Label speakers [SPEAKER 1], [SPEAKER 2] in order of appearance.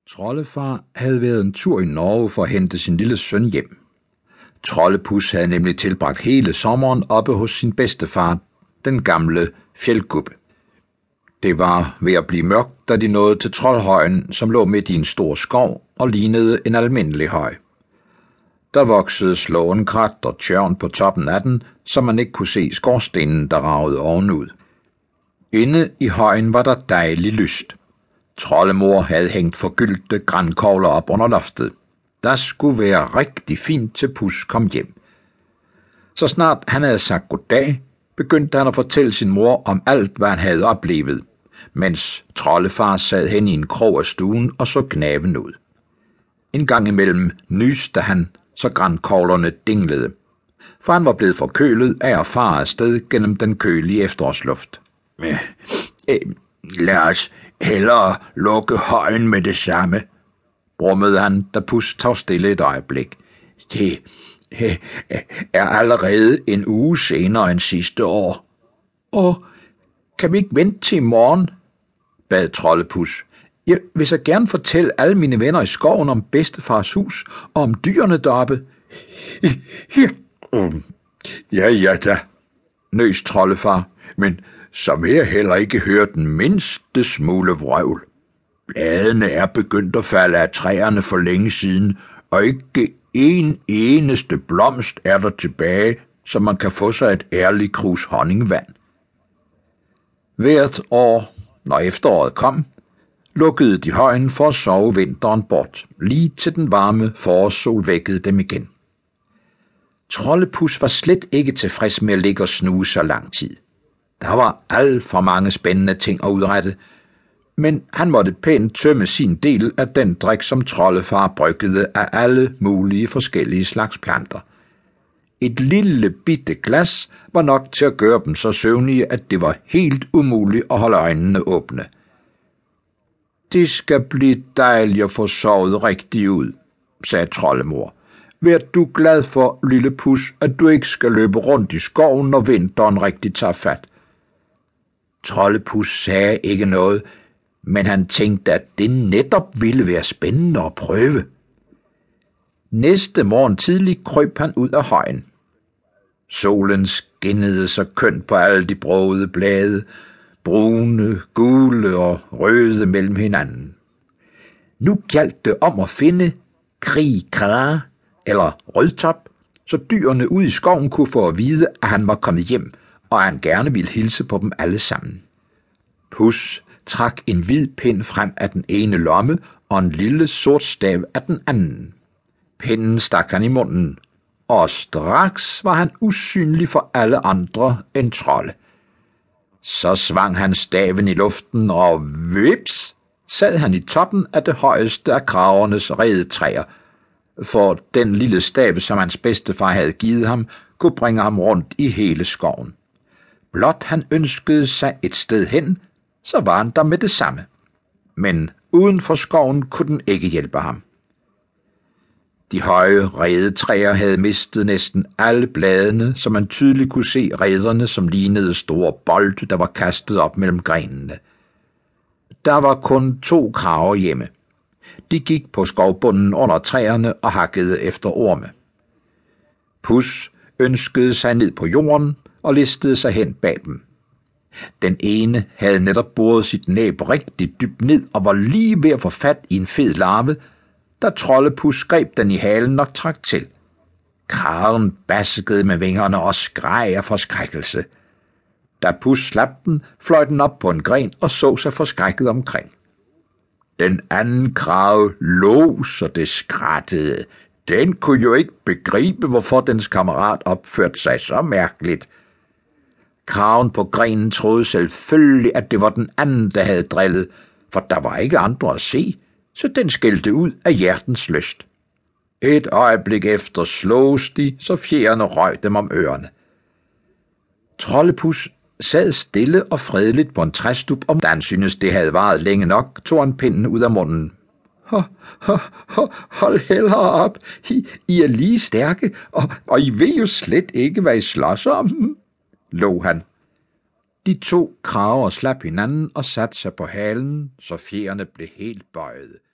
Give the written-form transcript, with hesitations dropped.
[SPEAKER 1] Troldefar havde været en tur i Norge for at hente sin lille søn hjem. Troldepus havde nemlig tilbragt hele sommeren oppe hos sin bedstefar, den gamle fjeldgubbe. Det var ved at blive mørkt, da de nåede til Troldhøjen, som lå midt i en stor skov og lignede en almindelig høj. Der voksede slåenkrat og tjørn på toppen af den, så man ikke kunne se skorstenen, der ragede ovenud. Inde i højen var der dejligt lyst. Troldemor havde hængt forgyldte grankogler op under loftet. Der skulle være rigtig fint til Pus kom hjem. Så snart han havde sagt goddag, begyndte han at fortælle sin mor om alt, hvad han havde oplevet, mens troldefar sad hen i en krog af stuen og så gnaven ud. En gang imellem nyste han, så grankoglerne dinglede, for han var blevet forkølet af at fare afsted gennem den kølige efterårsluft. Lad os hellere lukke højen med det samme, brummede han, da Pus tog stille et øjeblik. Det er allerede en uge senere end sidste år. Og kan vi ikke vente til i morgen? Bad Troldepus. Jeg vil så gerne fortælle alle mine venner i skoven om bedstefars hus og om dyrene deroppe. Ja da, nøs Troldefar, men så vil jeg heller ikke høre den mindste smule vrøvl. Bladene er begyndt at falde af træerne for længe siden, og ikke en eneste blomst er der tilbage, så man kan få sig et ærligt krus honningvand. Hvert år, når efteråret kom, lukkede de højen for at sove vinteren bort, lige til den varme forårssol vækkede dem igen. Troldepus var slet ikke tilfreds med at ligge og snuse så lang tid. Der var alt for mange spændende ting at udrette, men han måtte pænt tømme sin del af den drik, som troldefar bryggede af alle mulige forskellige slags planter. Et lille bitte glas var nok til at gøre dem så søvnige, at det var helt umuligt at holde øjnene åbne. Det skal blive dejligt at få sovet rigtigt ud, sagde troldemor. Vær du glad for, lille Pus, at du ikke skal løbe rundt i skoven, når vinteren rigtig tager fat. Troldepus sagde ikke noget, men han tænkte, at det netop ville være spændende at prøve. Næste morgen tidligt krøb han ud af højen. Solen skinnede så kønt på alle de brogede blade, brune, gule og røde mellem hinanden. Nu gjaldt det om at finde Kri-Kra eller Rødtop, så dyrene ude i skoven kunne få at vide, at han var kommet hjem, og at han gerne ville hilse på dem alle sammen. Pus trak en hvid pind frem af den ene lomme og en lille sort stav af den anden. Pinden stak han i munden, og straks var han usynlig for alle andre end trolde. Så svang han staven i luften, og vips, sad han i toppen af det højeste af kravernes redetræer, for den lille stav, som hans bedstefar havde givet ham, kunne bringe ham rundt i hele skoven. Blot han ønskede sig et sted hen, så var han der med det samme. Men uden for skoven kunne den ikke hjælpe ham. De høje redetræer havde mistet næsten alle bladene, så man tydeligt kunne se rederne, som lignede store bolde, der var kastet op mellem grenene. Der var kun 2 kraver hjemme. De gik på skovbunden under træerne og hakkede efter orme. Pus ønskede sig ned på jorden og listede sig hen bag dem. Den ene havde netop boret sit næb rigtig dybt ned og var lige ved at få fat i en fed larve, da Troldepus greb den i halen og trak til. Kraven baskede med vingerne og skreg af forskrækkelse. Da Pus slap den, fløj den op på en gren og så sig forskrækket omkring. Den anden krave lå, så det skrattede. Den kunne jo ikke begribe, hvorfor dens kammerat opførte sig så mærkeligt. Kraven på grenen troede selvfølgelig, at det var den anden, der havde drillet, for der var ikke andre at se, så den skældte ud af hjertens lyst. Et øjeblik efter slogs de, så fjerne røg dem om ørerne. Troldepus sad stille og fredeligt på en træstup, og da han syntes, det havde varet længe nok, tog han pinden ud af munden. Hold hellere op, I er lige stærke, og I ved jo slet ikke, hvad I slås om, lå han. De 2 kraver slap hinanden og satte sig på halen, så fjerne blev helt bøjede.